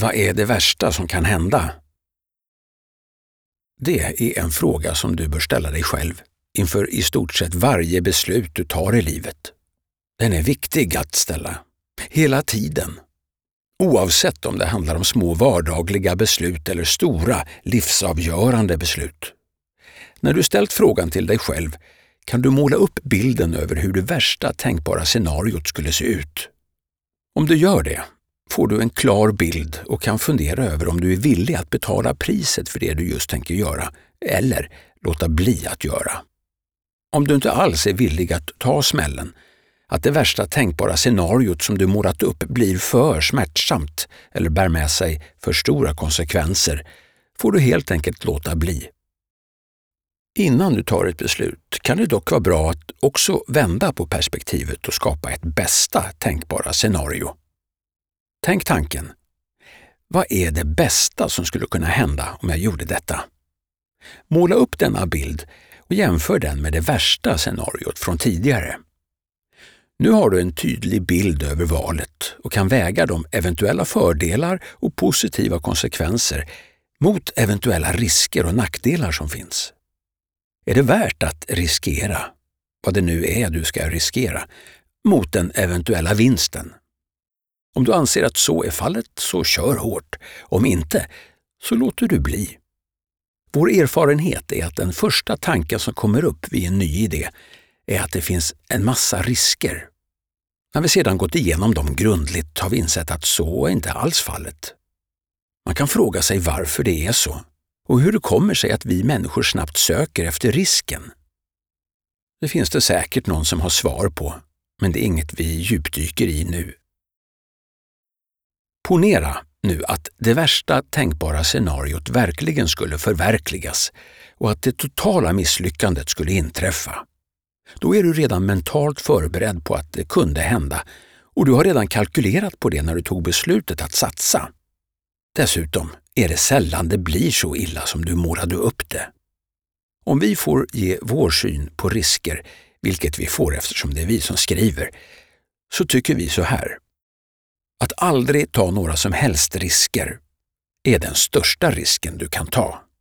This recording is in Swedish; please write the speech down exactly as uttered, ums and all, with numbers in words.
Vad är det värsta som kan hända? Det är en fråga som du bör ställa dig själv inför i stort sett varje beslut du tar i livet. Den är viktig att ställa, hela tiden. Oavsett om det handlar om små vardagliga beslut eller stora, livsavgörande beslut. När du ställt frågan till dig själv kan du måla upp bilden över hur det värsta tänkbara scenariot skulle se ut. Om du gör det får du en klar bild och kan fundera över om du är villig att betala priset för det du just tänker göra eller låta bli att göra. Om du inte alls är villig att ta smällen, att det värsta tänkbara scenariot som du målat upp blir för smärtsamt eller bär med sig för stora konsekvenser, får du helt enkelt låta bli. Innan du tar ett beslut kan det dock vara bra att också vända på perspektivet och skapa ett bästa tänkbara scenario. Tänk tanken. Vad är det bästa som skulle kunna hända om jag gjorde detta? Måla upp denna bild och jämför den med det värsta scenariot från tidigare. Nu har du en tydlig bild över valet och kan väga de eventuella fördelar och positiva konsekvenser mot eventuella risker och nackdelar som finns. Är det värt att riskera, vad det nu är du ska riskera, mot den eventuella vinsten? Om du anser att så är fallet, så kör hårt. Om inte, så låter du bli. Vår erfarenhet är att den första tanken som kommer upp vid en ny idé är att det finns en massa risker. När vi sedan gått igenom dem grundligt har vi insett att så är inte alls fallet. Man kan fråga sig varför det är så och hur det kommer sig att vi människor snabbt söker efter risken. Det finns det säkert någon som har svar på, men det är inget vi djupdyker i nu. Ponera nu att det värsta tänkbara scenariot verkligen skulle förverkligas och att det totala misslyckandet skulle inträffa. Då är du redan mentalt förberedd på att det kunde hända och du har redan kalkylerat på det när du tog beslutet att satsa. Dessutom är det sällan det blir så illa som du målade upp det. Om vi får ge vår syn på risker, vilket vi får eftersom det är vi som skriver, så tycker vi så här. Att aldrig ta några som helst risker är den största risken du kan ta.